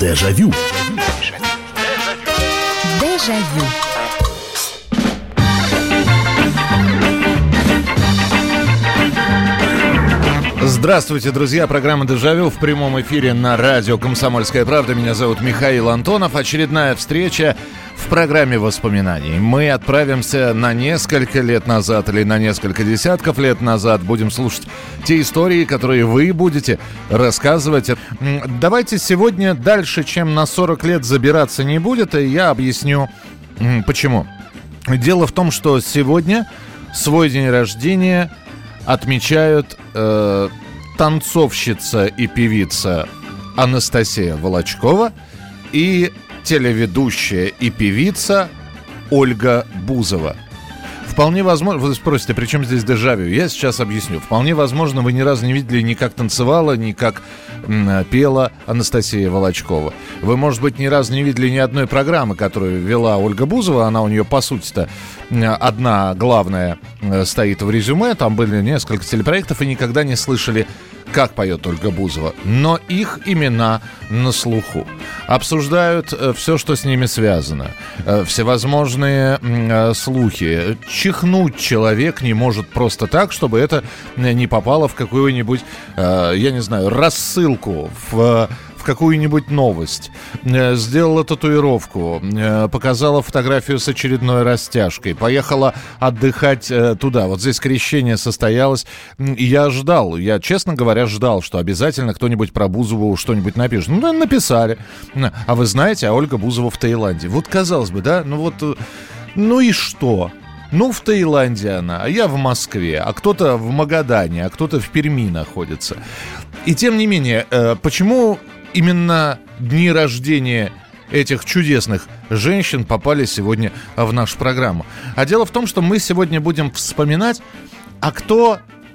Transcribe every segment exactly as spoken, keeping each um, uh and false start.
Дежавю. Дежавю. Здравствуйте, друзья. Программа «Дежавю» в прямом эфире на радио «Комсомольская правда». Меня зовут Михаил Антонов. Очередная встреча в программе воспоминаний. Мы отправимся на несколько лет назад или на несколько десятков лет назад. Будем слушать те истории, которые вы будете рассказывать. Давайте сегодня дальше, чем на сорок лет забираться не будет, и я объясню, почему. Дело в том, что сегодня свой день рождения отмечают э, танцовщица и певица Анастасия Волочкова и телеведущая и певица Ольга Бузова. Вполне возможно, вы спросите, при чем здесь дежавю? Я сейчас объясню. Вполне возможно, вы ни разу не видели ни как танцевала, ни как м, пела Анастасия Волочкова. Вы, может быть, ни разу не видели ни одной программы, которую вела Ольга Бузова. Она у нее, по сути-то, одна главная стоит в резюме. Там были несколько телепроектов, и никогда не слышали, как поет Ольга Бузова. Но их имена на слуху. Обсуждают все, что с ними связано. Всевозможные э, слухи. Чихнуть человек не может просто так, чтобы это не попало в какую-нибудь, э, я не знаю, рассылку, в... в какую-нибудь новость, сделала татуировку, показала фотографию с очередной растяжкой, поехала отдыхать туда. Вот здесь крещение состоялось. И я ждал, я, честно говоря, ждал, что обязательно кто-нибудь про Бузову что-нибудь напишет. Ну, написали. А вы знаете, а Ольга Бузова в Таиланде. Вот, казалось бы, да, ну вот, ну и что? Ну, в Таиланде она, а я в Москве, а кто-то в Магадане, а кто-то в Перми находится. И тем не менее, почему именно дни рождения этих чудесных женщин попали сегодня в нашу программу? А дело в том, что мы сегодня будем вспоминать, а кто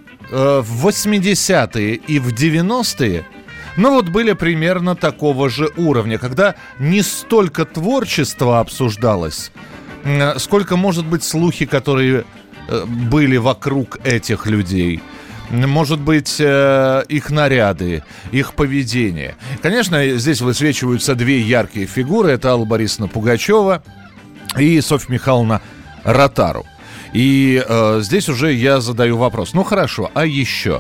э, в восьмидесятые и в девяностые, ну вот были примерно такого же уровня, когда не столько творчество обсуждалось, э, сколько, может быть, слухи, которые э, были вокруг этих людей. Может быть, э, их наряды, их поведение. Конечно, здесь высвечиваются две яркие фигуры. Это Алла Борисовна Пугачева и Софья Михайловна Ротару. И э, здесь уже я задаю вопрос. Ну хорошо, а еще?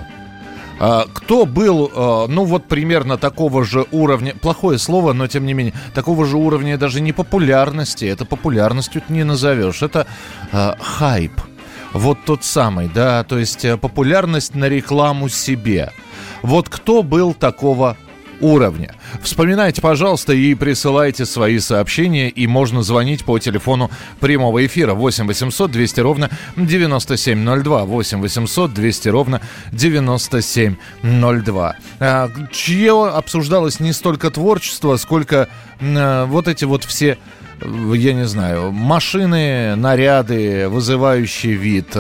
Э, кто был, э, ну вот примерно такого же уровня, плохое слово, но тем не менее, такого же уровня даже не популярности. Это популярностью не назовешь. Это э, хайп. Вот тот самый, да, то есть популярность на рекламу себе. Вот кто был такого уровня? Вспоминайте, пожалуйста, и присылайте свои сообщения, и можно звонить по телефону прямого эфира восемь восемьсот двести ровно девяносто семь ноль два, восемь восемьсот двести ровно девяносто семь ноль два. А, чье обсуждалось не столько творчество, сколько а, вот эти вот все, я не знаю, машины, наряды, вызывающий вид.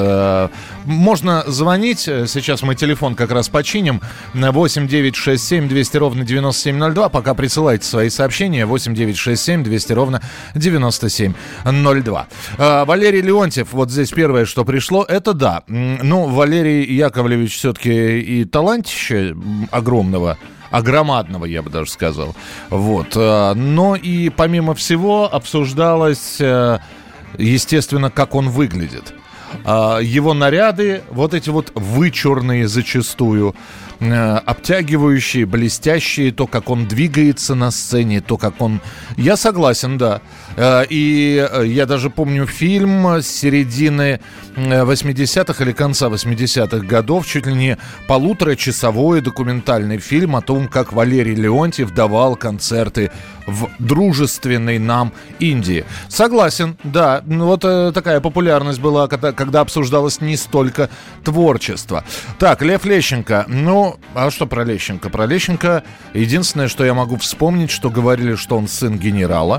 Можно звонить, сейчас мы телефон как раз починим, на восемь девятьсот шестьдесят семь двести ровно девяносто семь ноль два, пока присылайте свои сообщения, восемь девятьсот шестьдесят семь двести ровно девяносто семь ноль два. Валерий Леонтьев, вот здесь первое, что пришло, это да. Ну, Валерий Яковлевич все-таки и талантище огромного, огромадного, я бы даже сказал. Вот. Но и помимо всего обсуждалось, естественно, как он выглядит. Его наряды, вот эти вот вычурные зачастую, обтягивающие, блестящие, то, как он двигается на сцене, то, как он... Я согласен, да. И я даже помню фильм с середины восьмидесятых или конца восьмидесятых годов, чуть ли не полуторачасовой документальный фильм о том, как Валерий Леонтьев давал концерты в дружественной нам Индии. Согласен, да. Вот такая популярность была, когда, когда обсуждалось не столько творчество. Так, Лев Лещенко. Ну, а что про Лещенко? Про Лещенко единственное, что я могу вспомнить, что говорили, что он сын генерала.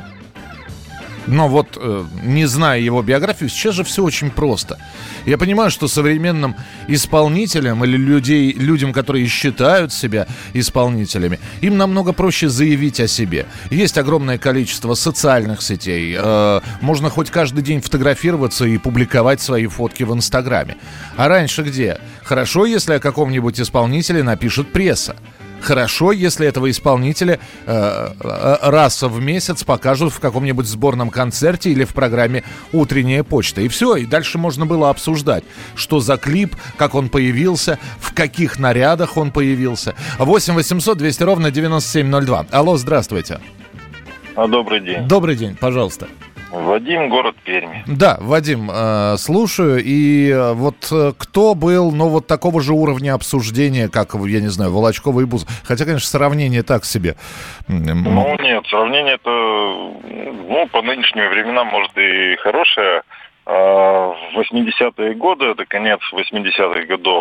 Но вот, э, не зная его биографию, сейчас же все очень просто. Я понимаю, что современным исполнителям или людей, людям, которые считают себя исполнителями, им намного проще заявить о себе. Есть огромное количество социальных сетей. Э, можно хоть каждый день фотографироваться и публиковать свои фотки в Инстаграме. А раньше где? Хорошо, если о каком-нибудь исполнителе напишет пресса. Хорошо, если этого исполнителя э, раз в месяц покажут в каком-нибудь сборном концерте или в программе «Утренняя почта». И все, и дальше можно было обсуждать, что за клип, как он появился, в каких нарядах он появился. восемь восемьсот двести ровно девяносто семь ноль два. Алло, здравствуйте. Добрый день. Добрый день, пожалуйста. Вадим, город Пермь. Да, Вадим, э, слушаю. И э, вот э, кто был, ну, вот такого же уровня обсуждения, как, я не знаю, Волочкова и Бузов? Хотя, конечно, сравнение так себе. Ну, нет, сравнение-то, ну, по нынешним временам, может, и хорошее. А в восьмидесятые годы, это конец восьмидесятых годов,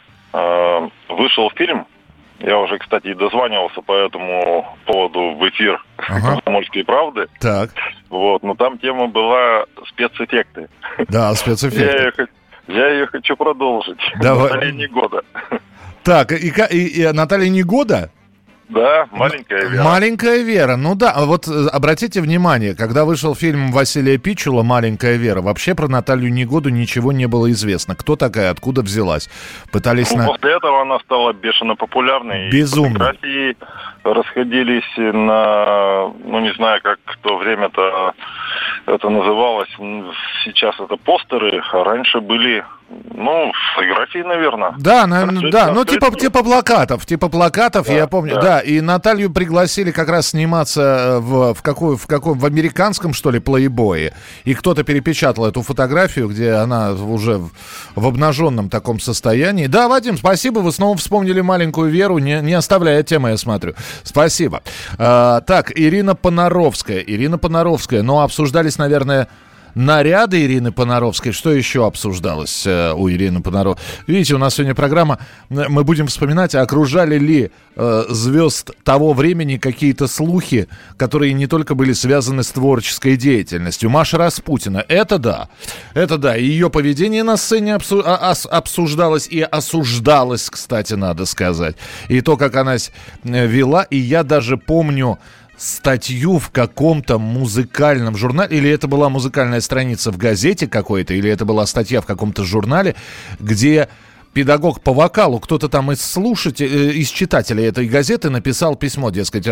э, вышел фильм. Я уже, кстати, и дозванивался по этому поводу в эфир ага. «Комсомольской правды». Так. Вот, но там тема была спецэффекты. Да, спецэффекты. Я ее, я ее хочу продолжить. Давай. Наталья Негода. Так, и, и, и Наталья Негода? Да, «Маленькая Вера». «Маленькая Вера», ну да. Вот обратите внимание, когда вышел фильм Василия Пичула «Маленькая Вера», вообще про Наталью Негоду ничего не было известно. Кто такая, откуда взялась? Пытались ну, на... После этого она стала бешено популярной. Безумно. Фотографии расходились на, ну не знаю, как в то время-то это называлось. Сейчас это постеры, а раньше были... Ну, фотографии, наверное. Да, наверное, да. Ну, типа, типа плакатов. Типа плакатов, да, я помню. Да. да, и Наталью пригласили как раз сниматься в, в, какой, в каком, в американском, что ли, плейбое. И кто-то перепечатал эту фотографию, где она уже в, в обнаженном таком состоянии. Да, Вадим, спасибо. Вы снова вспомнили «Маленькую Веру». Не, не оставляя темы, я смотрю. Спасибо. А, так, Ирина Понаровская. Ирина Понаровская. Ну, обсуждались, наверное... наряды Ирины Понаровской. Что еще обсуждалось э, у Ирины Понаровской? Видите, у нас сегодня программа, мы будем вспоминать, окружали ли э, звезд того времени какие-то слухи, которые не только были связаны с творческой деятельностью. Маша Распутина, это да, это да. Ее поведение на сцене обсу- ос- обсуждалось и осуждалось, кстати, надо сказать. И то, как она вела, и я даже помню статью в каком-то музыкальном журнале, или это была музыкальная страница в газете какой-то, или это была статья в каком-то журнале, где педагог по вокалу, кто-то там из слушателей, из читателей этой газеты написал письмо, дескать,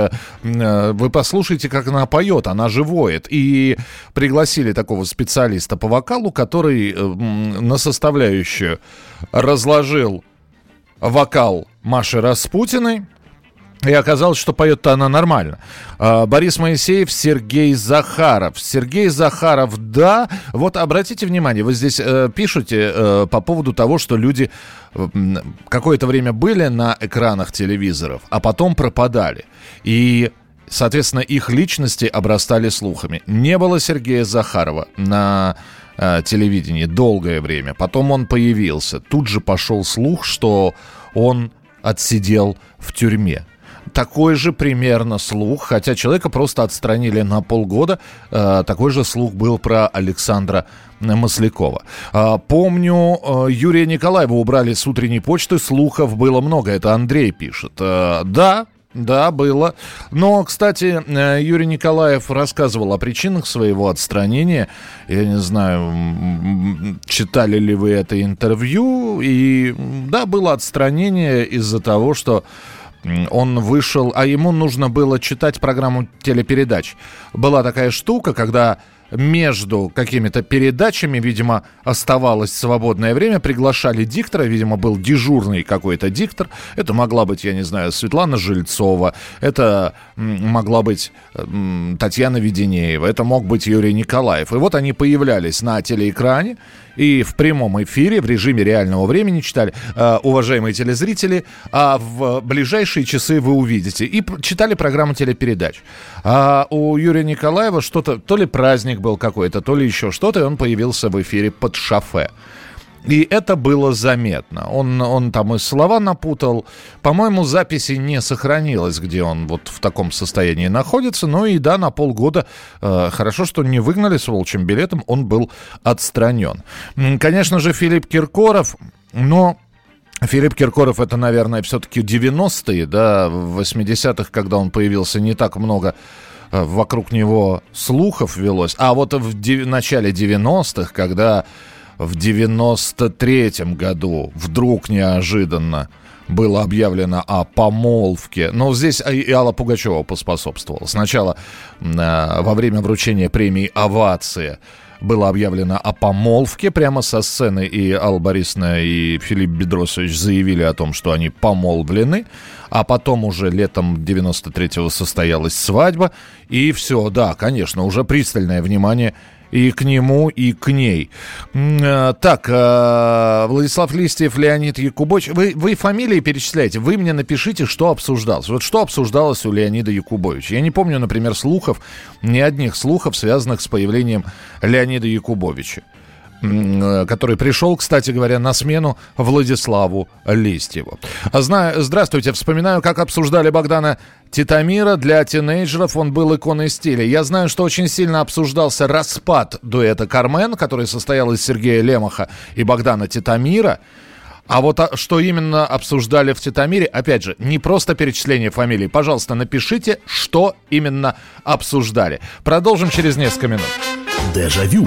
вы послушайте, как она поет, она же воет. И пригласили такого специалиста по вокалу, который на составляющую разложил вокал Маши Распутиной. И оказалось, что поет-то она нормально. А, Борис Моисеев, Сергей Захаров. Сергей Захаров, да. Вот обратите внимание, вы здесь э, пишете э, по поводу того, что люди э, какое-то время были на экранах телевизоров, а потом пропадали. И, соответственно, их личности обрастали слухами. Не было Сергея Захарова на э, телевидении долгое время. Потом он появился. Тут же пошел слух, что он отсидел в тюрьме. Такой же примерно слух, хотя человека просто отстранили на полгода, э, такой же слух был про Александра Маслякова. Э, помню, э, Юрия Николаева убрали с утренней почты, слухов было много, это Андрей пишет. Э, да, да, было. Но, кстати, Юрий Николаев рассказывал о причинах своего отстранения. Я не знаю, читали ли вы это интервью. И да, было отстранение из-за того, что он вышел, а ему нужно было читать программу телепередач. Была такая штука, когда между какими-то передачами, видимо, оставалось свободное время, приглашали диктора, видимо, был дежурный какой-то диктор. Это могла быть, я не знаю, Светлана Жильцова, это могла быть Татьяна Веденеева, это мог быть Юрий Николаев. И вот они появлялись на телеэкране и в прямом эфире, в режиме реального времени читали, э, уважаемые телезрители, а в ближайшие часы вы увидите. И читали программу телепередач. А у Юрия Николаева что-то, то ли праздник был какой-то, то ли еще что-то, и он появился в эфире под шофе. И это было заметно. Он, он там и слова напутал. По-моему, записи не сохранилось, где он вот в таком состоянии находится. Ну и да, на полгода, э, хорошо, что не выгнали с волчьим билетом, он был отстранен. Конечно же, Филипп Киркоров, но... Филипп Киркоров — это, наверное, все-таки девяностые, да, в восьмидесятых, когда он появился, не так много вокруг него слухов велось. А вот в дев... начале девяностых, когда... В девяносто третьем году вдруг неожиданно было объявлено о помолвке. Но здесь и Алла Пугачева поспособствовала. Сначала э, во время вручения премии «Овация» было объявлено о помолвке прямо со сцены, и Алла Борисовна и Филипп Бедросович заявили о том, что они помолвлены, а потом уже летом девяносто третьего состоялась свадьба, и все, да, конечно, уже пристальное внимание и к нему, и к ней. Так, Владислав Листьев, Леонид Якубович. Вы, вы фамилии перечисляете, вы мне напишите, что обсуждалось. Вот что обсуждалось у Леонида Якубовича. Я не помню, например, слухов, ни одних слухов, связанных с появлением Леонида Якубовича, который пришел, кстати говоря, на смену Владиславу Листьеву. Знаю, здравствуйте. Вспоминаю, как обсуждали Богдана Титомира. Для тинейджеров он был иконой стиля. Я знаю, что очень сильно обсуждался распад дуэта «Кармен», который состоял из Сергея Лемаха и Богдана Титомира. А вот а, что именно обсуждали в Титомире, опять же, не просто перечисление фамилий. Пожалуйста, напишите, что именно обсуждали. Продолжим через несколько минут. Дежавю.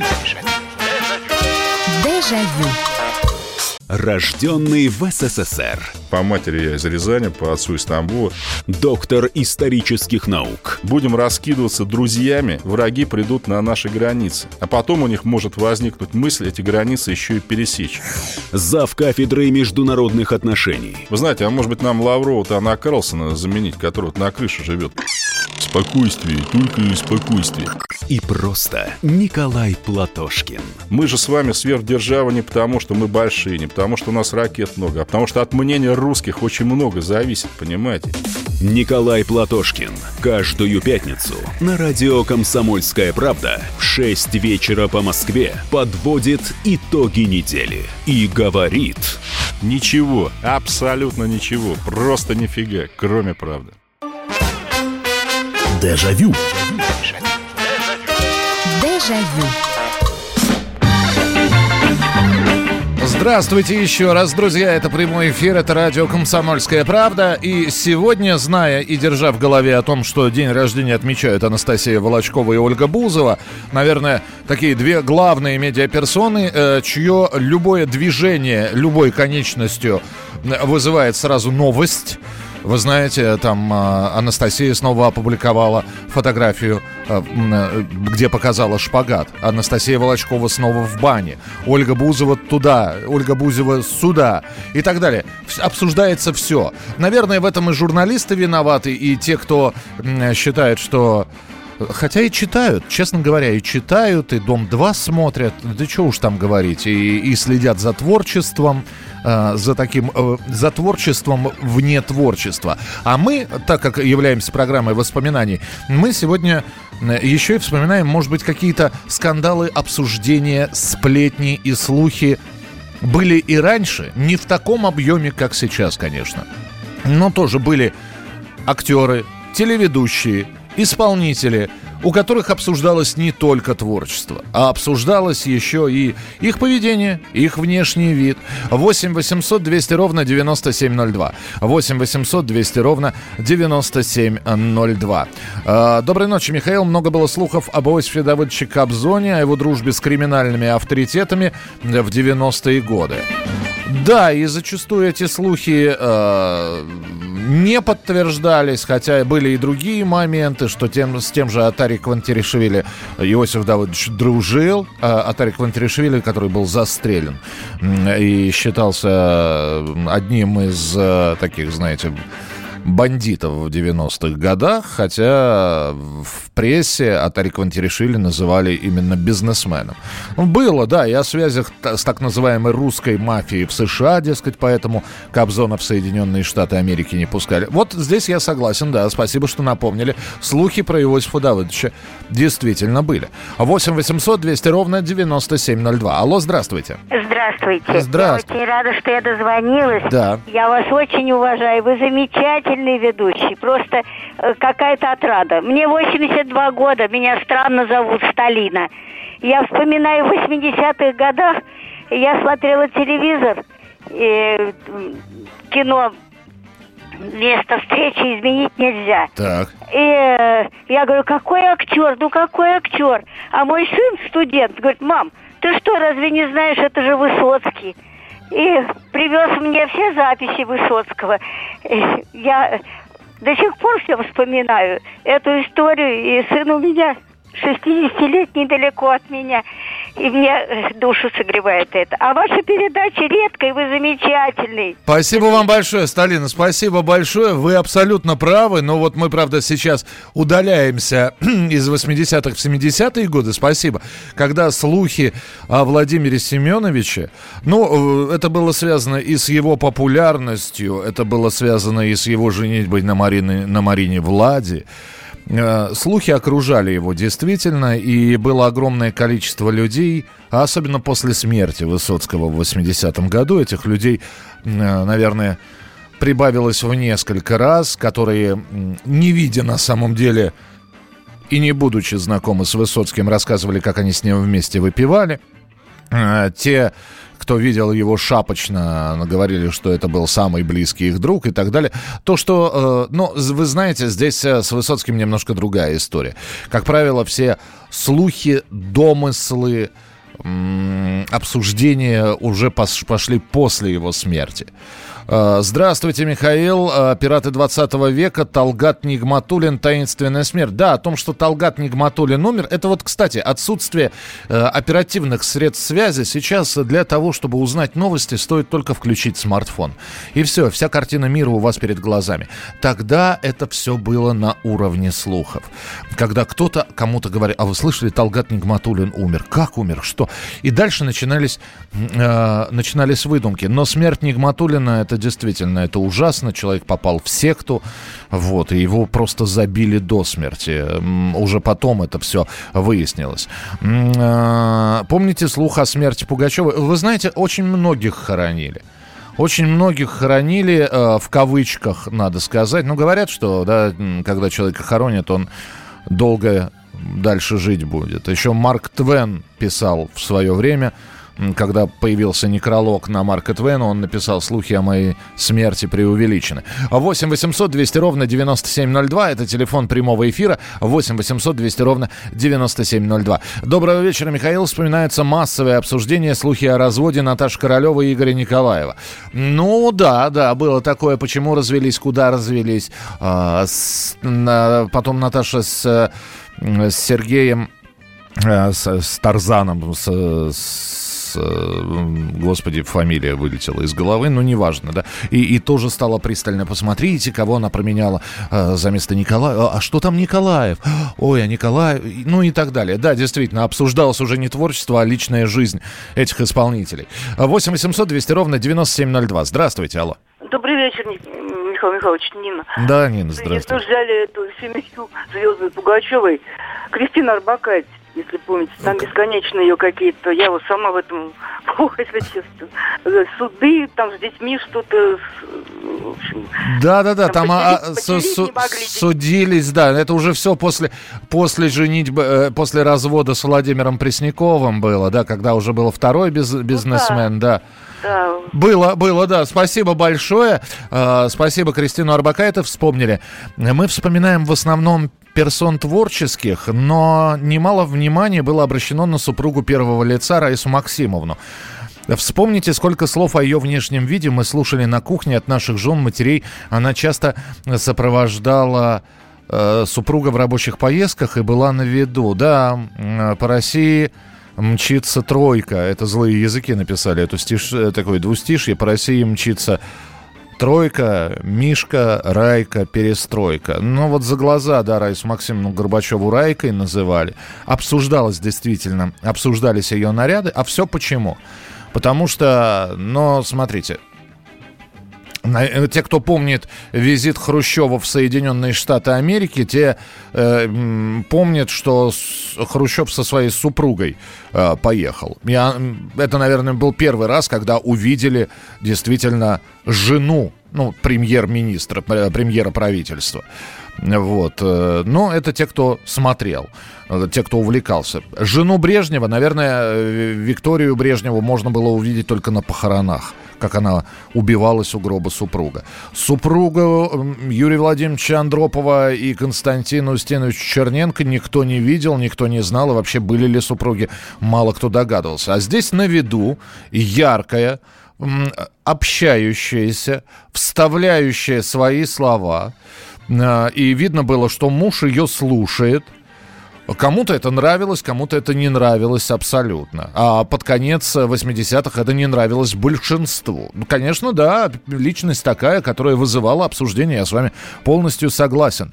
Дежавю. Рожденный в СССР. По матери я из Рязани, по отцу из Тамбова. Доктор исторических наук. Будем раскидываться друзьями, враги придут на наши границы. А потом у них может возникнуть мысль эти границы еще и пересечь. Зав. Кафедрой международных отношений. Вы знаете, а может быть нам Лаврова-то Анна Карлсона заменить, который вот на крыше живет? Спокойствие, только и спокойствие. И просто Николай Платошкин. Мы же с вами сверхдержава не потому, что мы большие, не потому, что у нас ракет много, а потому, что от мнения русских очень много зависит, понимаете? Николай Платошкин. Каждую пятницу на радио «Комсомольская правда» в шесть вечера по Москве подводит итоги недели и говорит... Ничего, абсолютно ничего, просто нифига, кроме правды. Дежавю. Дежавю. Здравствуйте еще раз, друзья. Это прямой эфир, это радио «Комсомольская правда». И сегодня, зная и держа в голове о том, что день рождения отмечают Анастасия Волочкова и Ольга Бузова, наверное, такие две главные медиаперсоны, э, чье любое движение, любой конечностью вызывает сразу новость. Вы знаете, там э, Анастасия снова опубликовала фотографию, э, э, где показала шпагат. Анастасия Волочкова снова в бане. Ольга Бузова туда, Ольга Бузова сюда и так далее. Обсуждается все. Наверное, в этом и журналисты виноваты, и те, кто э, считает, что... Хотя и читают, честно говоря, и читают, и «Дом-два» смотрят, да что уж там говорить, и, и следят за творчеством, э, за таким, э, за творчеством вне творчества. А мы, так как являемся программой воспоминаний, мы сегодня еще и вспоминаем, может быть, какие-то скандалы, обсуждения, сплетни и слухи были и раньше, не в таком объеме, как сейчас, конечно, но тоже были актеры, телеведущие, исполнители, у которых обсуждалось не только творчество, а обсуждалось еще и их поведение, их внешний вид. восемь восемьсот двести ровно девяносто семь ноль два. восемь восемьсот двести ровно девяносто семь ноль два. Доброй ночи, Михаил. Много было слухов об Иосифе Давыдовиче Кобзоне, о его дружбе с криминальными авторитетами в девяностые годы. Да, и зачастую эти слухи э, не подтверждались, хотя были и другие моменты, что тем, с тем же Атари Квантиришвили Иосиф Давыдович дружил. Атари Квантиришвили, который был застрелен и считался одним из таких, знаете, бандитов в девяностых годах, хотя в прессе Атари Квантиришвили называли именно бизнесменом. Было, да, и о связях с так называемой русской мафией в США, дескать, поэтому Кобзона в Соединенные Штаты Америки не пускали. Вот здесь я согласен, да, спасибо, что напомнили. Слухи про Иосифа Давыдовича действительно были. восемь восемьсот двести ровно девяносто семь ноль два. Алло, здравствуйте. Здравствуйте. Здравствуйте. Я очень рада, что я дозвонилась. Да. Я вас очень уважаю. Вы замечательный ведущий. Просто э, какая-то отрада. Мне восемьдесят два года. Меня странно зовут Сталина. Я вспоминаю в восьмидесятых годах. Я смотрела телевизор. И, кино «Место встречи изменить нельзя». Так. И э, я говорю, какой актер? Ну какой актер? А мой сын, студент, говорит, мам, ты что, разве не знаешь, это же Высоцкий? и привез мне все записи Высоцкого. Я до сих пор все вспоминаю эту историю, и сын у меня шестидесятилетний далеко от меня, и мне душу согревает это. А ваша передача редкая, вы замечательный. Спасибо вам большое, Сталина, спасибо большое. Вы абсолютно правы, но вот мы, правда, сейчас удаляемся из восьмидесятых в семидесятые годы, спасибо, когда слухи о Владимире Семеновиче, ну, это было связано и с его популярностью, это было связано и с его женитьбой на Марине, на Марине Влади. Слухи окружали его действительно, и было огромное количество людей, а особенно после смерти Высоцкого в восьмидесятом году, этих людей, наверное, прибавилось в несколько раз, которые, не видя на самом деле и не будучи знакомы с Высоцким, рассказывали, как они с ним вместе выпивали. Те, кто видел его шапочно, говорили, что это был самый близкий их друг и так далее. То, что, э, ну, вы знаете, здесь с Высоцким немножко другая история. Как правило, все слухи, домыслы, м- обсуждения уже пос- пошли после его смерти. Здравствуйте, Михаил. Пираты двадцатого века, Талгат Нигматуллин, таинственная смерть. Да, о том, что Талгат Нигматуллин умер, это вот, кстати, отсутствие э, оперативных средств связи. Сейчас для того, чтобы узнать новости, стоит только включить смартфон. И все, вся картина мира у вас перед глазами. Тогда это все было на уровне слухов. Когда кто-то кому-то говорит: а вы слышали, Талгат Нигматуллин умер? Как умер? Что? И дальше начинались, э, начинались выдумки. Но смерть Нигматуллина — это действительно, это ужасно. Человек попал в секту, вот, и его просто забили до смерти. Уже потом это все выяснилось. Помните слух о смерти Пугачевой? Вы знаете, очень многих хоронили. Очень многих хоронили, э, в кавычках, надо сказать. Ну, говорят, что, да, когда человека хоронят, он долго дальше жить будет. Еще Марк Твен писал в свое время, когда появился некролог на Марка Твена, он написал: слухи о моей смерти преувеличены. восемь восемьсот двести ровно девяносто семь ноль два. Это телефон прямого эфира. восемь восемьсот двести ровно девяносто семь ноль два. Доброго вечера, Михаил. Вспоминается массовое обсуждение, слухи о разводе Наташи Королевой и Игоря Николаева. Ну да, да, было такое. Почему развелись, куда развелись. А, с, на, потом Наташа с, с Сергеем, с, с Тарзаном, с, с Господи, фамилия вылетела из головы, но неважно, да. И, и тоже стало пристально: посмотрите, кого она променяла э, за место Николаева. А что там Николаев? Ой, а Николаев... Ну и так далее. Да, действительно, обсуждалось уже не творчество, а личная жизнь этих исполнителей. восемь восемьсот двести ровно девяносто семь ноль два. Здравствуйте, алло. Добрый вечер, Михаил Михайлович, Нина. Да, Нина, здравствуйте. Мы взяли эту семью звезды Пугачевой, Кристина Орбакайте, если помните, там бесконечно ее какие-то, я вот сама в этом плохо, если честно, суды, там с детьми что-то, в общем... Да-да-да, там, там а, су- су- судились, да, это уже все после, после женитьбы, после развода с Владимиром Пресняковым было, да, когда уже был второй биз- бизнесмен, ну, да. Да. Было, было, да. Спасибо большое. Э, спасибо, Кристину Орбакайте вспомнили. Мы вспоминаем в основном персон творческих, но немало внимания было обращено на супругу первого лица Раису Максимовну. Вспомните, сколько слов о ее внешнем виде мы слушали на кухне от наших жен, матерей. Она часто сопровождала э, супруга в рабочих поездках и была на виду. Да, э, по России... мчится тройка. Это злые языки написали. Эту стиш... такое двустишье. По России мчится тройка, Мишка, Райка, перестройка. Ну вот за глаза, да, Раису Максимовну Горбачеву Райкой называли. Обсуждалось действительно, обсуждались ее наряды. А все почему? Потому что, ну, смотрите, те, кто помнит визит Хрущева в Соединенные Штаты Америки, те э, помнят, что Хрущев со своей супругой э, поехал. Я, это, наверное, был первый раз, когда увидели действительно жену, ну, премьер-министра, премьера правительства. Вот. Но это те, кто смотрел, те, кто увлекался. Жену Брежнева, наверное, Викторию Брежневу можно было увидеть только на похоронах, как она убивалась у гроба супруга. Супругу Юрия Владимировича Андропова и Константина Устиновича Черненко никто не видел, никто не знал, и вообще были ли супруги, мало кто догадывался. А здесь на виду яркая, общающаяся, вставляющая свои слова. И видно было, что муж ее слушает. Кому-то это нравилось, кому-то это не нравилось абсолютно. А под конец восьмидесятых это не нравилось большинству. Ну, конечно, да, личность такая, которая вызывала обсуждение, я с вами полностью согласен.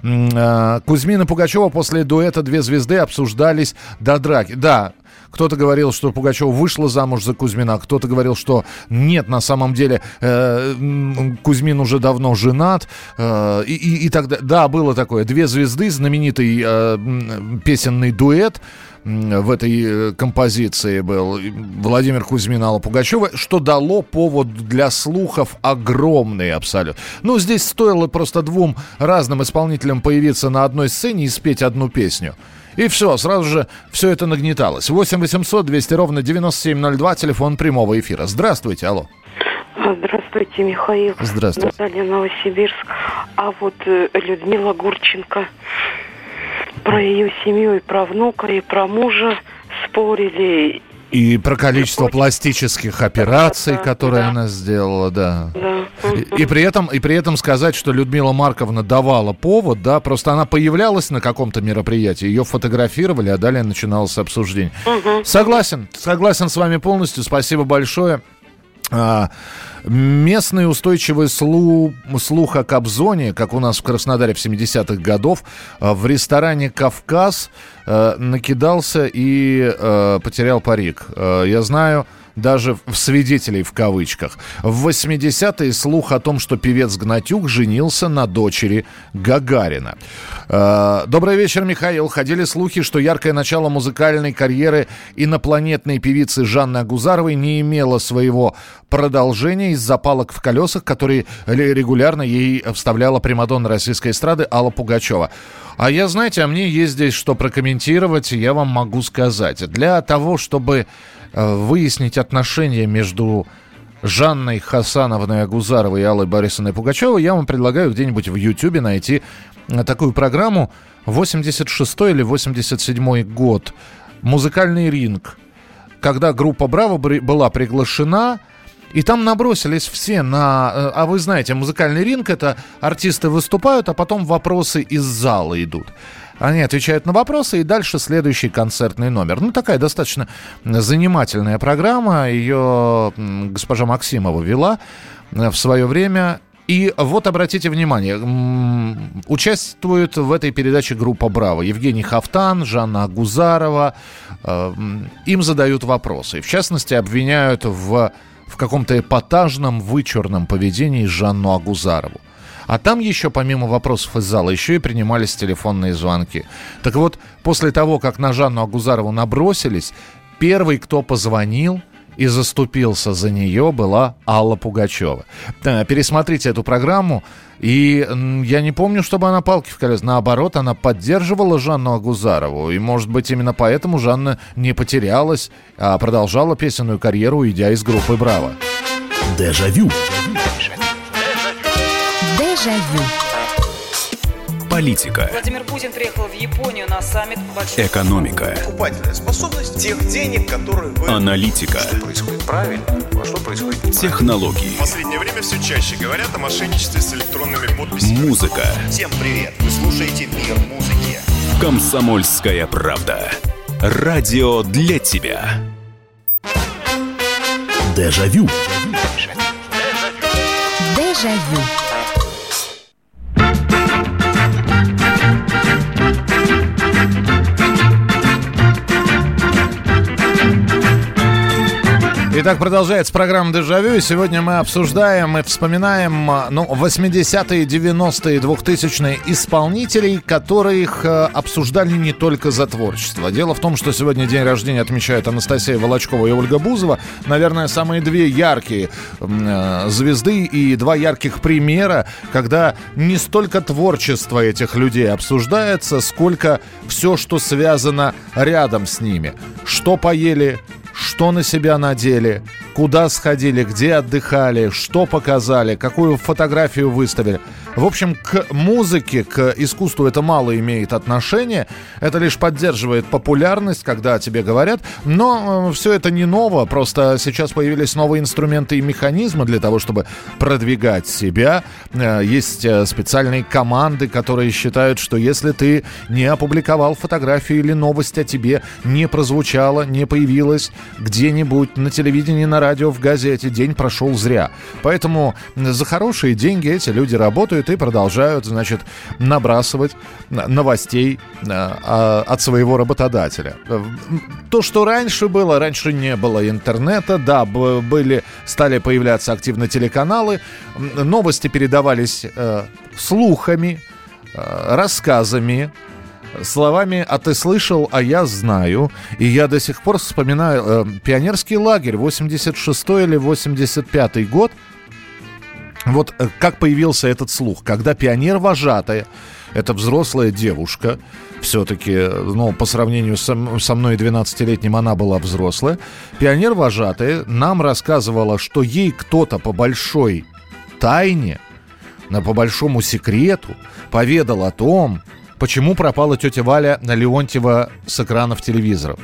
Кузьмин и Пугачева после дуэта «Две звезды» обсуждались до драки. Да, кто-то говорил, что Пугачева вышла замуж за Кузьмина, кто-то говорил, что нет, на самом деле э, Кузьмин уже давно женат. Э, и, и, и тогда, да, было такое. «Две звезды», знаменитый э, песенный дуэт в этой композиции был. Владимир Кузьмин, Алла Пугачева, что дало повод для слухов огромный абсолютно. Ну, здесь стоило просто двум разным исполнителям появиться на одной сцене и спеть одну песню. И все, сразу же все это нагнеталось. восемь восемьсот двести ровно девяносто семь ноль два, телефон прямого эфира. Здравствуйте, алло. Здравствуйте, Михаил. Здравствуйте. Наталья, Новосибирск. А вот э, Людмила Гурченко, про ее семью и про внука, и про мужа спорили. И про количество пластических операций, да, которые да. она сделала, да. да. И, и, при этом, и при этом сказать, что Людмила Марковна давала повод, да, просто она появлялась на каком-то мероприятии, ее фотографировали, а далее начиналось обсуждение. Угу. Согласен, согласен с вами полностью, спасибо большое. А, местный устойчивый слух, слух о Кобзоне, как у нас в Краснодаре в семидесятых годов, в ресторане «Кавказ» э, накидался и э, потерял парик. Э, я знаю даже в свидетелей в кавычках. В восьмидесятые слух о том, что певец Гнатюк женился на дочери Гагарина. Э, добрый вечер, Михаил. Ходили слухи, что яркое начало музыкальной карьеры инопланетной певицы Жанны Агузаровой не имело своего продолжения из-за палок в колесах, которые регулярно ей вставляла примадонна российской эстрады Алла Пугачева. А я, знаете, а мне есть здесь что прокомментировать, я вам могу сказать. Для того, чтобы выяснить отношения между Жанной Хасановной Агузаровой и Аллой Борисовной Пугачевой, я вам предлагаю где-нибудь в Ютьюбе найти такую программу. восемьдесят шестой или восемьдесят седьмой год. «Музыкальный ринг». Когда группа «Браво» была приглашена, и там набросились все на... А вы знаете, музыкальный ринг — это артисты выступают, а потом вопросы из зала идут. Они отвечают на вопросы, и дальше следующий концертный номер. Ну, такая достаточно занимательная программа. Ее госпожа Максимова вела в свое время. И вот, обратите внимание, участвует в этой передаче группа «Браво». Евгений Хафтан, Жанна Агузарова. Им задают вопросы. В частности, обвиняют в... в каком-то эпатажном, вычурном поведении Жанну Агузарову. А там еще, помимо вопросов из зала, еще и принимались телефонные звонки. Так вот, после того, как на Жанну Агузарову набросились, первый, кто позвонил и заступился за нее, была Алла Пугачева. Пересмотрите эту программу, и я не помню, чтобы она палки в колеса. Наоборот, она поддерживала Жанну Агузарову, и, может быть, именно поэтому Жанна не потерялась, а продолжала песенную карьеру, уйдя из группы «Браво». Дежавю. Дежавю. Политика. Владимир Путин приехал в Японию на саммит большой... Экономика. Покупательная способность тех денег, которые вы... Аналитика. Что происходит правильно, а что происходит неправильно. Технологии. В последнее время все чаще говорят о мошенничестве с электронными подписями. Музыка. Всем привет! Вы слушаете «Мир музыки». Комсомольская правда. Радио для тебя. Дежавю. Дежавю. Итак, продолжается программа «Дежавю», и сегодня мы обсуждаем и вспоминаем, ну, восьмидесятые, девяностые, двухтысячные исполнителей, которых э, обсуждали не только за творчество. Дело в том, что сегодня день рождения отмечают Анастасия Волочкова и Ольга Бузова. Наверное, самые две яркие э, звезды и два ярких примера, когда не столько творчество этих людей обсуждается, сколько все, что связано рядом с ними. Что поели, что на себя надели, куда сходили, где отдыхали, что показали, какую фотографию выставили. В общем, к музыке, к искусству это мало имеет отношения. Это лишь поддерживает популярность, когда о тебе говорят. Но э, все это не ново. Просто сейчас появились новые инструменты и механизмы для того, чтобы продвигать себя. Э, есть э, специальные команды, которые считают, что если ты не опубликовал фотографию или новость о тебе, не прозвучала, не появилась где-нибудь на телевидении, на радио, в газете, день прошел зря. Поэтому за хорошие деньги эти люди работают и продолжают, значит, набрасывать новостей э, от своего работодателя. То, что раньше было, раньше не было интернета, да, были, стали появляться активно телеканалы, новости передавались э, слухами, э, рассказами, словами «а ты слышал, а я знаю». И я до сих пор вспоминаю э, пионерский лагерь, восемьдесят шестой или восемьдесят пятый год. Вот э, как появился этот слух, когда пионер-вожатая, это взрослая девушка, все-таки, ну, по сравнению со, со мной двенадцатилетним она была взрослая, пионер-вожатая нам рассказывала, что ей кто-то по большой тайне, по большому секрету поведал о том, почему пропала тетя Валя Леонтьева с экранов телевизоров.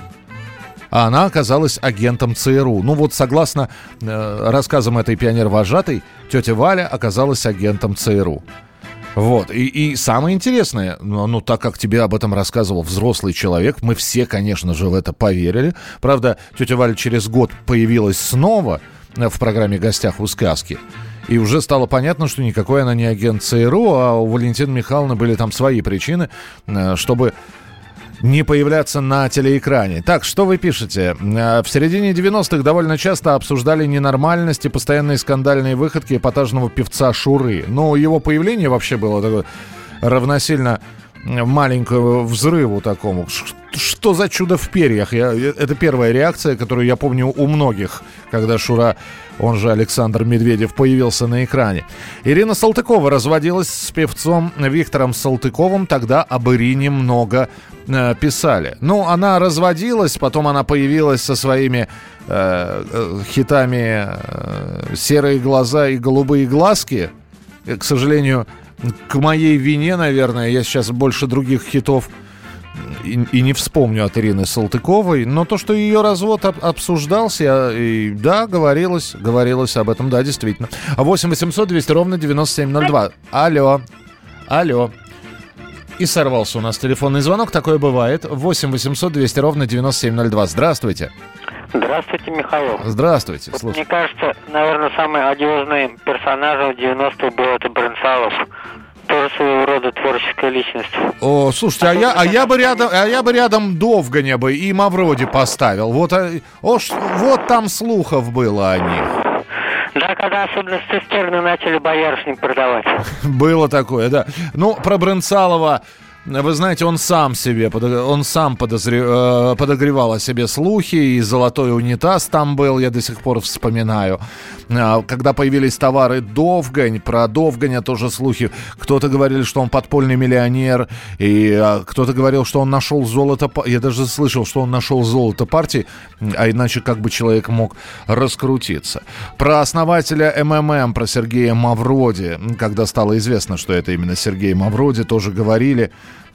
А она оказалась агентом ЦРУ. Ну вот, согласно э, рассказам этой пионер-вожатой, тетя Валя оказалась агентом ЦРУ. Вот. И, и самое интересное, ну, ну, так как тебе об этом рассказывал взрослый человек, мы все, конечно же, в это поверили. Правда, тетя Валя через год появилась снова в программе «Гостях у сказки». И уже стало понятно, что никакой она не агент ЦРУ, а у Валентины Михайловны были там свои причины, чтобы не появляться на телеэкране. Так, что вы пишете? В середине девяностых довольно часто обсуждали ненормальности, постоянные скандальные выходки эпатажного певца Шуры. Но его появление вообще было такое равносильно маленькому взрыву такому. Что за чудо в перьях? Я, это первая реакция, которую я помню у многих, когда Шура, он же Александр Медведев, появился на экране. Ирина Салтыкова разводилась с певцом Виктором Салтыковым. Тогда об Ирине много э, писали. Ну, она разводилась, потом она появилась со своими э, э, хитами э, «Серые глаза» и «Голубые глазки». И, к сожалению, к моей вине, наверное, я сейчас больше других хитов и, и не вспомню от Ирины Салтыковой, но то, что ее развод об, обсуждался, и, да, говорилось, говорилось об этом, да, действительно. восемь восемьсот двести ровно девяносто семь ноль два. Алло, алло. И сорвался у нас телефонный звонок, такое бывает. восемь восемьсот двести ровно девяносто семь ноль два. Здравствуйте. Здравствуйте, Михаил. Здравствуйте. Вот мне кажется, наверное, самый одиозный персонаж в девяностых был это Брынцалов. Тоже своего рода творческая личность. О, слушайте, а, а я, а я бы рядом, а я бы рядом Довганя бы и Мавроди поставил. Вот, а, о, вот там слухов было о них. Да, когда особенно с цистерны начали боярышник продавать. Было такое, да. Ну, про Брынцалова, вы знаете, он сам себе, он сам подозрев, подогревал о себе слухи, и золотой унитаз там был, я до сих пор вспоминаю. Когда появились товары Довгань, про Довганя тоже слухи. Кто-то говорил, что он подпольный миллионер, и кто-то говорил, что он нашел золото. Я даже слышал, что он нашел золото партии, а иначе как бы человек мог раскрутиться. Про основателя МММ, про Сергея Мавроди, когда стало известно, что это именно Сергей Мавроди, тоже говорили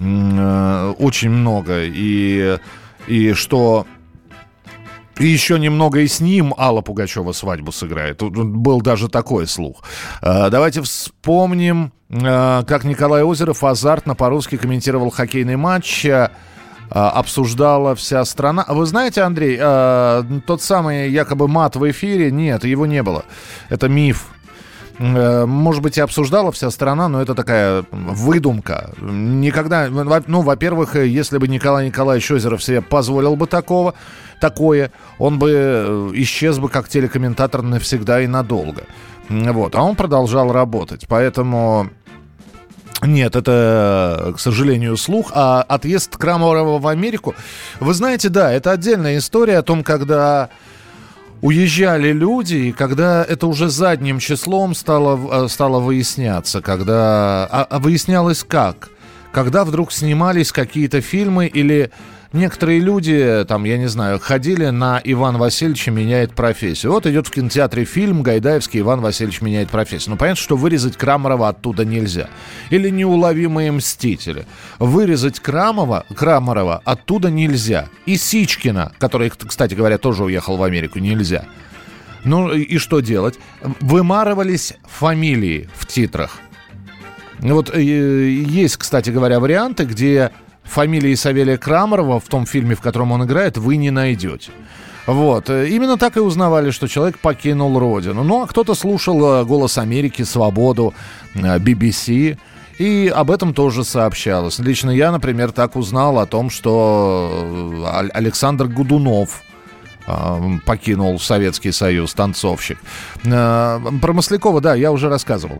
очень много. И, и что... И еще немного и с ним Алла Пугачева свадьбу сыграет. Тут был даже такой слух. Давайте вспомним, как Николай Озеров азартно по-русски комментировал хоккейный матч. Обсуждала вся страна. Вы знаете, Андрей, тот самый якобы мат в эфире, нет, его не было. Это миф. Может быть, и обсуждала вся страна, но это такая выдумка. Никогда, ну, во-первых, если бы Николай Николаевич Озеров себе позволил бы такого, такое, он бы исчез бы как телекомментатор навсегда и надолго. Вот. А он продолжал работать. Поэтому... Нет, это, к сожалению, слух. А отъезд Крамарова в Америку... Вы знаете, да, это отдельная история о том, когда... Уезжали люди, и когда это уже задним числом стало, стало выясняться, когда... А, а выяснялось как? Когда вдруг снимались какие-то фильмы или некоторые люди, там, я не знаю, ходили на «Иван Васильевич меняет профессию». Вот идет в кинотеатре фильм гайдаевский «Иван Васильевич меняет профессию». Ну, понятно, что вырезать Крамарова оттуда нельзя. Или «Неуловимые мстители». Вырезать Крамова, Крамарова оттуда нельзя. И Сичкина, который, кстати говоря, тоже уехал в Америку, нельзя. Ну, и что делать? Вымарывались фамилии в титрах. Вот э, есть, кстати говоря, варианты, где фамилии Савелия Крамарова в том фильме, в котором он играет, вы не найдете. Вот. Именно так и узнавали, что человек покинул родину. Ну, а кто-то слушал «Голос Америки», «Свободу», би би си, и об этом тоже сообщалось. Лично я, например, так узнал о том, что Александр Годунов покинул Советский Союз, танцовщик. Про Маслякова, да, я уже рассказывал.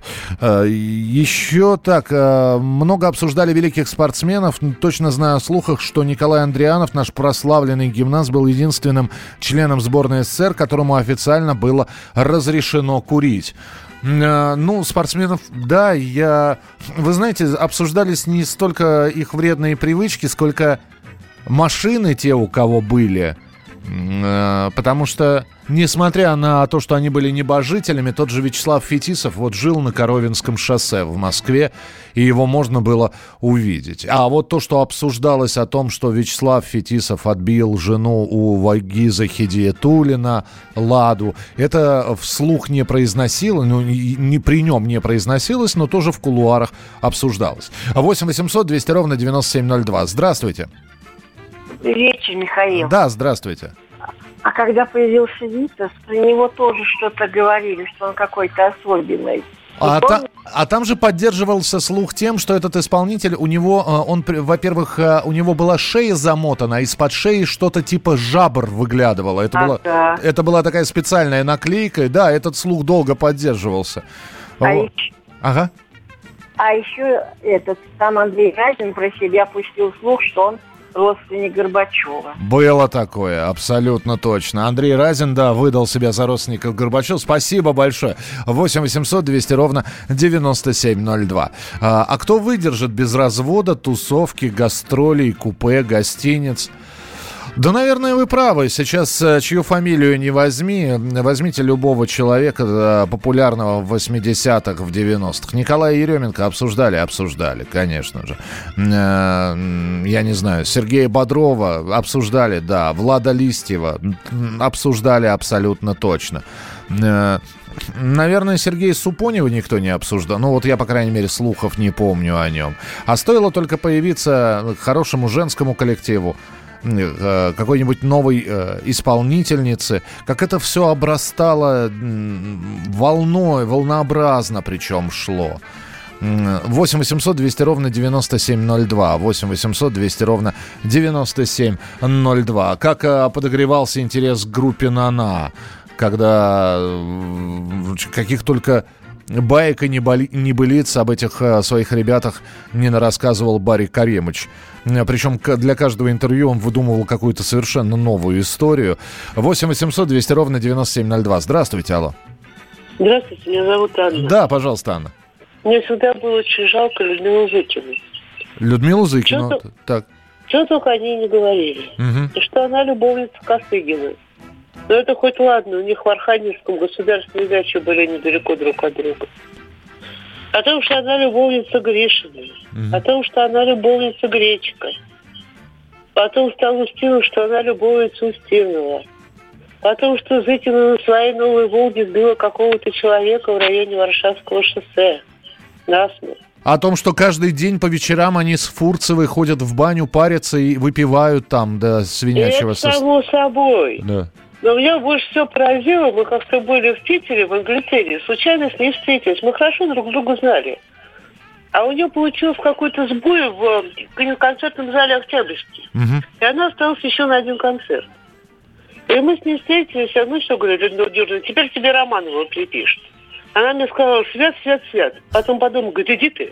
Еще так, много обсуждали великих спортсменов. Точно знаю о слухах, что Николай Андрианов, наш прославленный гимнаст, был единственным членом сборной СССР, которому официально было разрешено курить. Ну, спортсменов, да, я... Вы знаете, обсуждались не столько их вредные привычки, сколько машины те, у кого были. Потому что, несмотря на то, что они были небожителями, тот же Вячеслав Фетисов вот жил на Коровинском шоссе в Москве, и его можно было увидеть. А вот то, что обсуждалось о том, что Вячеслав Фетисов отбил жену у Вагиза Хидиятуллина, Ладу, это вслух не произносилось, ну, не при нем не произносилось, но тоже в кулуарах обсуждалось. восемь восемьсот двести ровно девяносто семь ноль два. Здравствуйте. Вечер, Михаил. Да, здравствуйте. А когда появился Витас, про него тоже что-то говорили, что он какой-то особенный. А, та, а там же поддерживался слух тем, что этот исполнитель, у него, он, во-первых, у него была шея замотана, а из-под шеи что-то типа жабр выглядывало. Это, ага. была, это была такая специальная наклейка. Да, этот слух долго поддерживался. А, вот. еще, ага. а еще этот сам Андрей Разин про себя пустил слух, что он родственник Горбачева. Было такое, абсолютно точно. Андрей Разин, да, выдал себя за родственника Горбачева. Спасибо большое. восемь восемьсот двести ровно девяносто семь ноль два. А, а кто выдержит без развода, тусовки, гастролей, купе, гостиниц? Да, наверное, вы правы. Сейчас, чью фамилию не возьми, возьмите любого человека популярного в восьмидесятых, в девяностых. Николая Еременко обсуждали, обсуждали, конечно же. Я не знаю, Сергея Бодрова обсуждали, да. Влада Листьева обсуждали абсолютно точно. Наверное, Сергея Супонева никто не обсуждал. Ну, вот я, по крайней мере, слухов не помню о нем. А стоило только появиться хорошему женскому коллективу, какой-нибудь новой э, исполнительницы, как это все обрастало волной, волнообразно причем шло. восемь восемьсот двести ровно девяносто семь ноль два. восемь восемьсот двести ровно девяносто семь ноль два. Как э, подогревался интерес к группе «На-на», когда э, каких только баек и небылиц об этих э, своих ребятах не нарассказывал Барри Каремыч. Причем для каждого интервью он выдумывал какую-то совершенно новую историю. восемь восемьсот двести ровно девяносто семь ноль два. Здравствуйте, алло. Здравствуйте, меня зовут Анна. Да, пожалуйста, Анна. Мне всегда было очень жалко Людмилу Зыкину. Людмилу Зыкину? Что, так. Что только они не говорили. Угу. Что она любовница Косыгина. Но это хоть ладно, у них в Архангельском государственные дачи были недалеко друг от друга. О том, что она любовница Гришиной. Mm-hmm. О том, что она любовница Гречка. Потом стал Устинов, что она любовница Устинова. Потом, что Зыкина на своей новой «Волге» сбила какого-то человека в районе Варшавского шоссе. Насмерть. О том, что каждый день по вечерам они с Фурцевой ходят в баню, парятся и выпивают там до свинячьего состояния. Это само собой. Да. Но меня больше всего поразило, мы как-то были в Питере, в Англитере, случайно с ней встретились. Мы хорошо друг друга знали. А у нее получился какой-то сбой в концертном зале «Октябрьский». Угу. И она осталась еще на один концерт. И мы с ней встретились, а ну что, говорит, Людмила Юрьевна, теперь тебе Романова припишет. Она мне сказала: свят, свят, свят. Потом подумала, говорит, иди ты.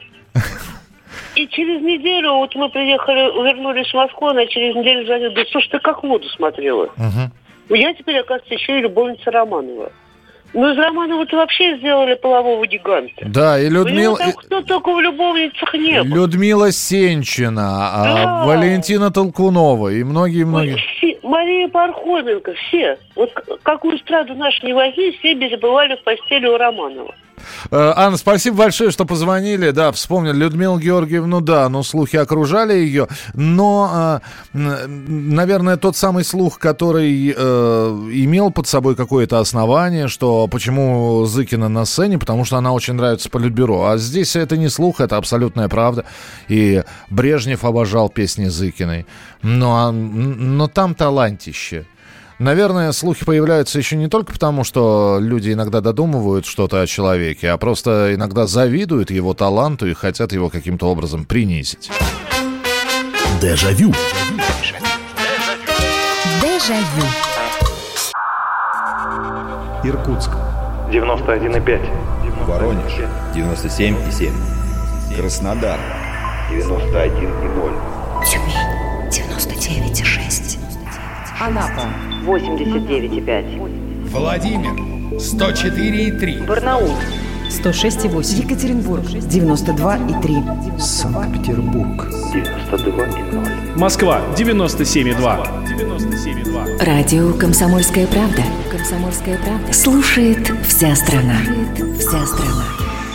И через неделю, вот мы приехали, вернулись в Москву, она через неделю звонит, говорит, слушай, ты как в воду смотрела. Угу. Я теперь, оказывается, еще и любовница Романова. Ну, из Романова-то вообще сделали полового гиганта. Да, и Людмила... Там кто только в любовницах не был. Людмила Сенчина, да. Валентина Толкунова и многие-многие. Все, Мария Пархоменко, все. Вот какую эстраду нашу не возьми, все бывали в постели у Романова. Анна, спасибо большое, что позвонили. Да, вспомнили Людмилу Георгиевну, да, ну, слухи окружали ее. Но, наверное, тот самый слух, который э, имел под собой какое-то основание, что почему Зыкина на сцене, потому что она очень нравится Политбюро. А здесь это не слух, это абсолютная правда. И Брежнев обожал песни Зыкиной. Но, но там талантище. Наверное, слухи появляются еще не только потому, что люди иногда додумывают что-то о человеке, а просто иногда завидуют его таланту и хотят его каким-то образом принизить. Дежавю. Дежавю. Иркутск. девяносто один и пять. Воронеж. девяносто семь и семь. Краснодар. девяносто один и ноль. Тюмень. девяносто девять и шесть. Анапа. восемьдесят девять и пять. Владимир. сто четыре и три. Барнаул. сто шесть и восемь. Екатеринбург. девяносто два и три. Санкт-Петербург. девяносто два и ноль. Москва. девяносто семь и два. Радио «Комсомольская правда». «Комсомольская правда». Слушает вся страна. Слушает вся страна.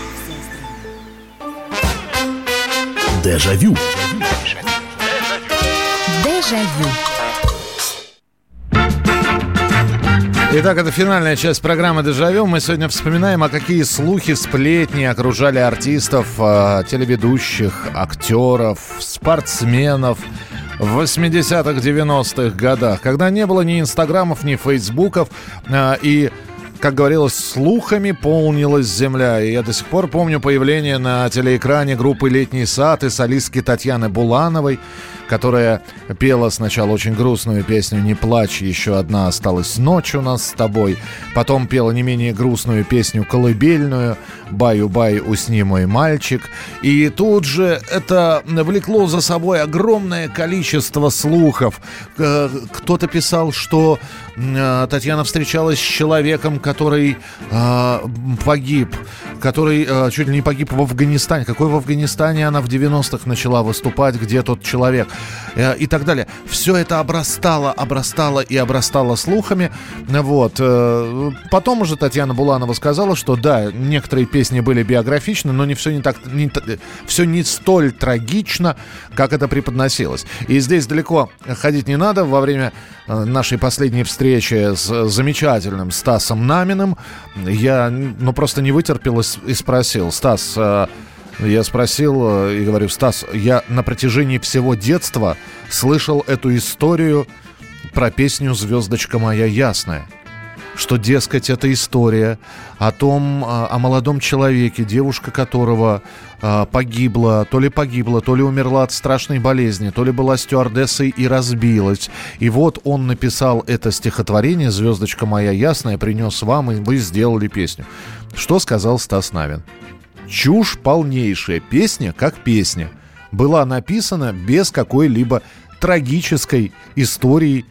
Дежавю. Дежавю. Итак, это финальная часть программы «Дежавю». Мы сегодня вспоминаем, а какие слухи, сплетни окружали артистов, телеведущих, актеров, спортсменов в восьмидесятых, девяностых годах, когда не было ни инстаграмов, ни фейсбуков, и, как говорилось, слухами полнилась земля. И я до сих пор помню появление на телеэкране группы «Летний сад» и солистки Татьяны Булановой, которая пела сначала очень грустную песню «Не плачь, еще одна осталась ночь у нас с тобой». Потом пела не менее грустную песню колыбельную «Баю-бай, усни, мой мальчик». И тут же это влекло за собой огромное количество слухов. Кто-то писал, что Татьяна встречалась с человеком, который э, погиб, который э, чуть ли не погиб в Афганистане. Какой в Афганистане она в девяностых начала выступать, где тот человек? Э, и так далее. Все это обрастало, обрастало и обрастало слухами. Вот. Э, потом уже Татьяна Буланова сказала, что да, некоторые песни были биографичны, но не все не так, не, все не столь трагично, как это преподносилось. И здесь далеко ходить не надо. Во время нашей последней встречи с замечательным Стасом Наминым я ну, просто не вытерпел и спросил: Стас, я спросил и говорю: Стас, я на протяжении всего детства слышал эту историю про песню «Звездочка моя ясная». Что, дескать, это история о том, о молодом человеке, девушка которого э, погибла, то ли погибла, то ли умерла от страшной болезни, то ли была стюардессой и разбилась. И вот он написал это стихотворение «Звездочка моя ясная», принес вам, и вы сделали песню. Что сказал Стас Намин? Чушь полнейшая. Песня как песня. Была написана без какой-либо трагической истории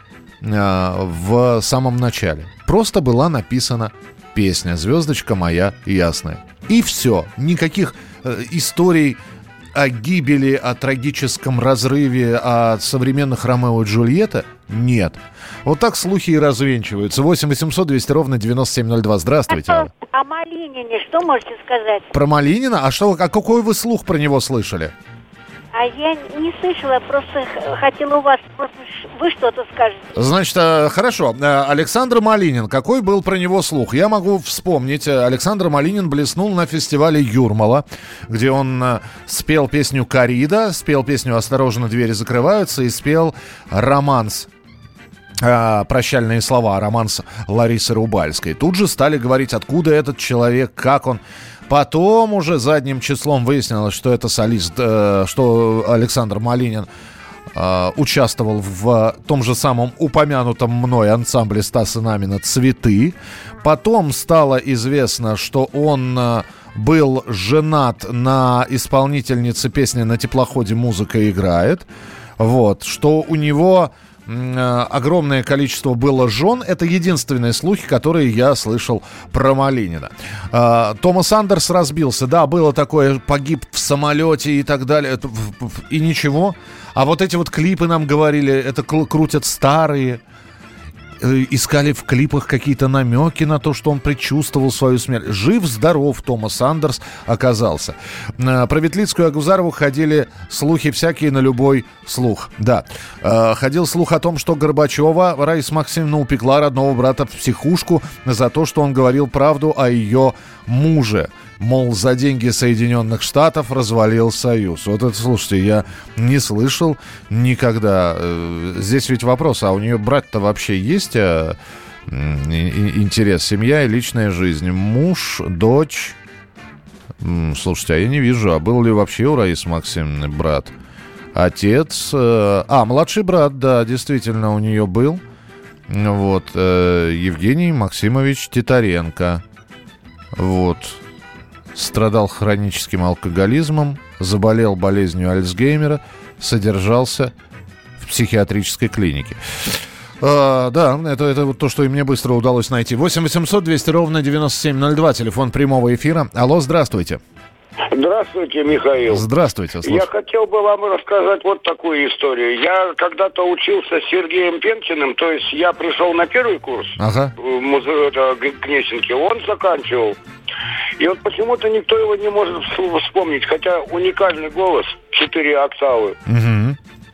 в самом начале. Просто была написана песня «Звездочка моя ясная». И все. Никаких э, историй о гибели, о трагическом разрыве, о современных Ромео и Джульетта нет. Вот так слухи и развенчиваются. восемь восемьсот двести ровно девяносто семь ноль два. Здравствуйте. А о Малинине что можете сказать? Про Малинина? А что, а какой вы слух про него слышали? А я не слышала, просто хотела у вас, просто вы что-то скажете. Значит, хорошо. Александр Малинин, какой был про него слух? Я могу вспомнить. Александр Малинин блеснул на фестивале Юрмала, где он спел песню «Коррида», спел песню «Осторожно, двери закрываются» и спел романс. Прощальные слова, романс Ларисы Рубальской. Тут же стали говорить, откуда этот человек, как он. Потом уже задним числом выяснилось, что это солист, э, что Александр Малинин э, участвовал в том же самом упомянутом мной ансамбле Стаса Намина «Цветы». Потом стало известно, что он э, был женат на исполнительнице песни «На теплоходе музыка играет». Вот, что у него э, огромное количество было жен. Это единственные слухи, которые я слышал про Малинина. Э, Томас Андерс разбился. Да, было такое, погиб в самолете и так далее. И ничего. А вот эти вот клипы нам говорили, это крутят старые. Искали в клипах какие-то намеки на то, что он предчувствовал свою смерть. Жив-здоров Томас Андерс оказался. Про Ветлицкую и Агузарову ходили слухи всякие на любой слух. Да. Ходил слух о том, что Горбачева Раиса Максимовна упекла родного брата в психушку за то, что он говорил правду о ее муже. Мол, за деньги Соединенных Штатов развалил Союз. Вот это, слушайте, я не слышал никогда. Здесь ведь вопрос, а у нее брат-то вообще есть? А, интерес, семья и личная жизнь. Муж, дочь. Слушайте, а я не вижу, а был ли вообще у Раисы Максимовны брат? Отец. А, младший брат, да, действительно, у нее был. Вот. Евгений Максимович Титаренко. Вот. Страдал хроническим алкоголизмом, заболел болезнью Альцгеймера, содержался в психиатрической клинике. А, да, это, это вот то, что и мне быстро удалось найти. восемь восемьсот двести ровно девяносто семь ноль два, телефон прямого эфира. Алло, здравствуйте. Здравствуйте, Михаил. Здравствуйте, слушаю. Я хотел бы вам рассказать вот такую историю. Я когда-то учился с Сергеем Пенкиным, то есть я пришел на первый курс ага. в музе... Гнесинки, он заканчивал. И вот почему-то никто его не может вспомнить, хотя уникальный голос, четыре октавы. Угу.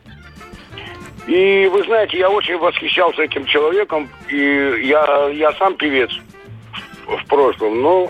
И вы знаете, я очень восхищался этим человеком, и я, я сам певец в, в прошлом, но...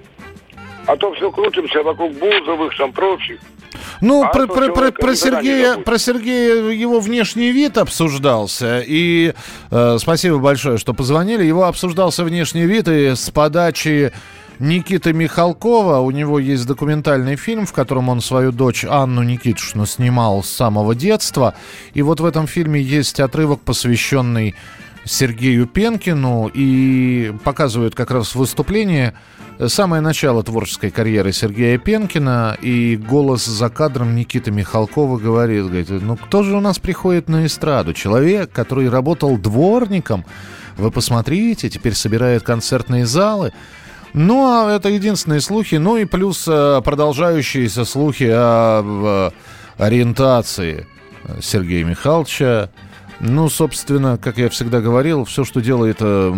А то все крутимся вокруг Бузовых, там прочих. Ну, а про, про, про, про, Сергея, про Сергея его внешний вид обсуждался. И э, спасибо большое, что позвонили. Его обсуждался внешний вид, и с подачи Никиты Михалкова. У него есть документальный фильм, в котором он свою дочь Анну Никитишну снимал с самого детства. И вот в этом фильме есть отрывок, посвященный Сергею Пенкину. И показывают как раз выступление, самое начало творческой карьеры Сергея Пенкина, и голос за кадром Никиты Михалкова говорит, говорит, ну кто же у нас приходит на эстраду? Человек, который работал дворником, вы посмотрите, теперь собирает концертные залы. Ну, а это единственные слухи, ну и плюс продолжающиеся слухи о ориентации Сергея Михайловича. Ну, собственно, как я всегда говорил, все, что делает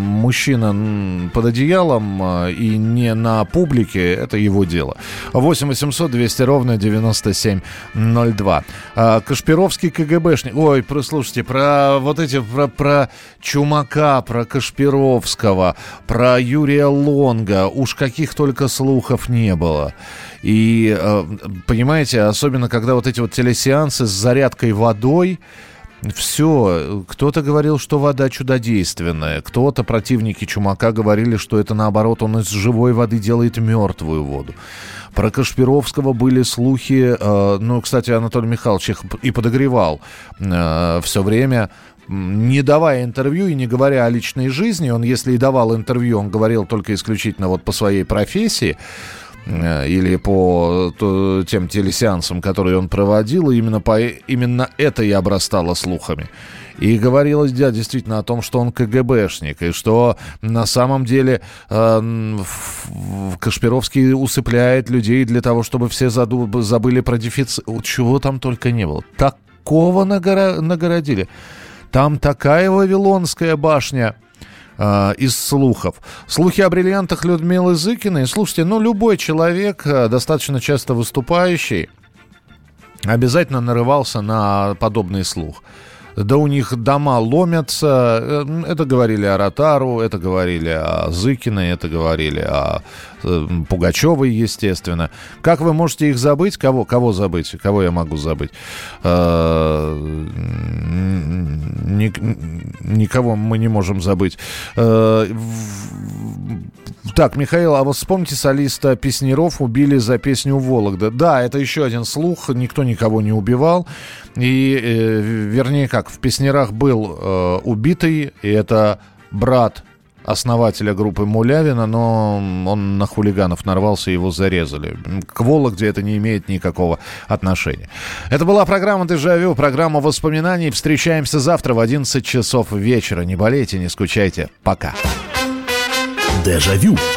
мужчина под одеялом и не на публике, это его дело. восемь восемьсот двести ровно девяносто семь ноль два. Кашпировский КГБшник. Ой, прослушайте, про вот эти, про, про Чумака, про Кашпировского, про Юрия Лонга. Уж каких только слухов не было. И, понимаете, особенно когда вот эти вот телесеансы с зарядкой водой, все, кто-то говорил, что вода чудодейственная, кто-то, противники Чумака, говорили, что это наоборот, он из живой воды делает мертвую воду. Про Кашпировского были слухи, э, ну, кстати, Анатолий Михайлович их и подогревал э, все время, не давая интервью и не говоря о личной жизни. Он, если и давал интервью, он говорил только исключительно вот по своей профессии или по то, тем телесеансам, которые он проводил, и именно, по, именно это и обрастало слухами. И говорилось, да, действительно о том, что он КГБшник, и что на самом деле э, Кашпировский усыпляет людей для того, чтобы все заду, забыли про дефицит. Чего там только не было. Такого нагора, нагородили. Там такая Вавилонская башня из слухов. Слухи о бриллиантах Людмилы Зыкиной. Слушайте, ну, любой человек, достаточно часто выступающий, обязательно нарывался на подобный слух. Да у них дома ломятся. Это говорили о Ротару, это говорили о Зыкиной, это говорили о Пугачевой, естественно. Как вы можете их забыть? Кого, кого забыть? Кого я могу забыть? Никого мы не можем забыть. Так, Михаил, а вот вспомните солиста Песняров убили за песню «Вологда». Да, это еще один слух, никто никого не убивал. И, э, вернее как, в Песнярах был э, убитый, и это брат основателя группы Мулявина, но он на хулиганов нарвался, его зарезали. К Вологде это не имеет никакого отношения. Это была программа «Дежавю», программа воспоминаний. Встречаемся завтра в одиннадцать часов вечера. Не болейте, не скучайте. Пока. Дежавю.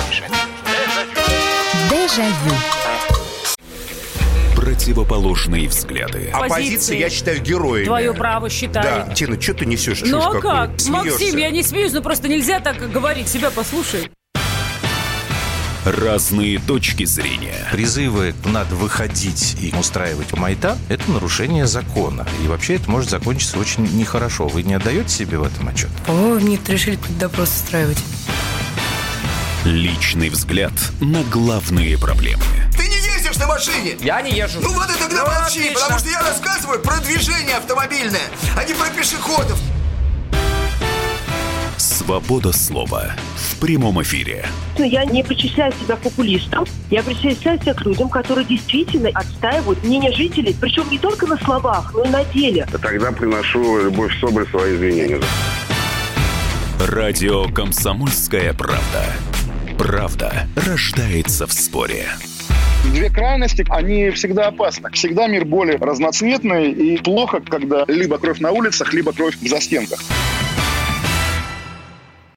Дежавю. Противоположные взгляды. Оппозиция, я считаю, героями. Твое право считаю. Да. Тина, что ты несешь? Ну а как? Максим, я не смеюсь, но просто нельзя так говорить. Себя послушай. Разные точки зрения. Призывы «надо выходить и устраивать майдан» — это нарушение закона. И вообще это может закончиться очень нехорошо. Вы не отдаете себе в этом отчет? О, нет, решили какой-то допрос устраивать. Личный взгляд на главные проблемы. Ты не ездишь на машине? Я не езжу. Ну вот и тогда ну, молчи, отлично. потому что я рассказываю про движение автомобильное, а не про пешеходов. Свобода слова в прямом эфире. Я не причисляю себя популистом. Я причисляю себя к людям, которые действительно отстаивают мнение жителей, причем не только на словах, но и на деле. Тогда приношу Любовь Соболь свои извинения. Радио «Комсомольская правда». Правда рождается в споре. Две крайности, они всегда опасны. Всегда мир более разноцветный, и плохо, когда либо кровь на улицах, либо кровь в застенках.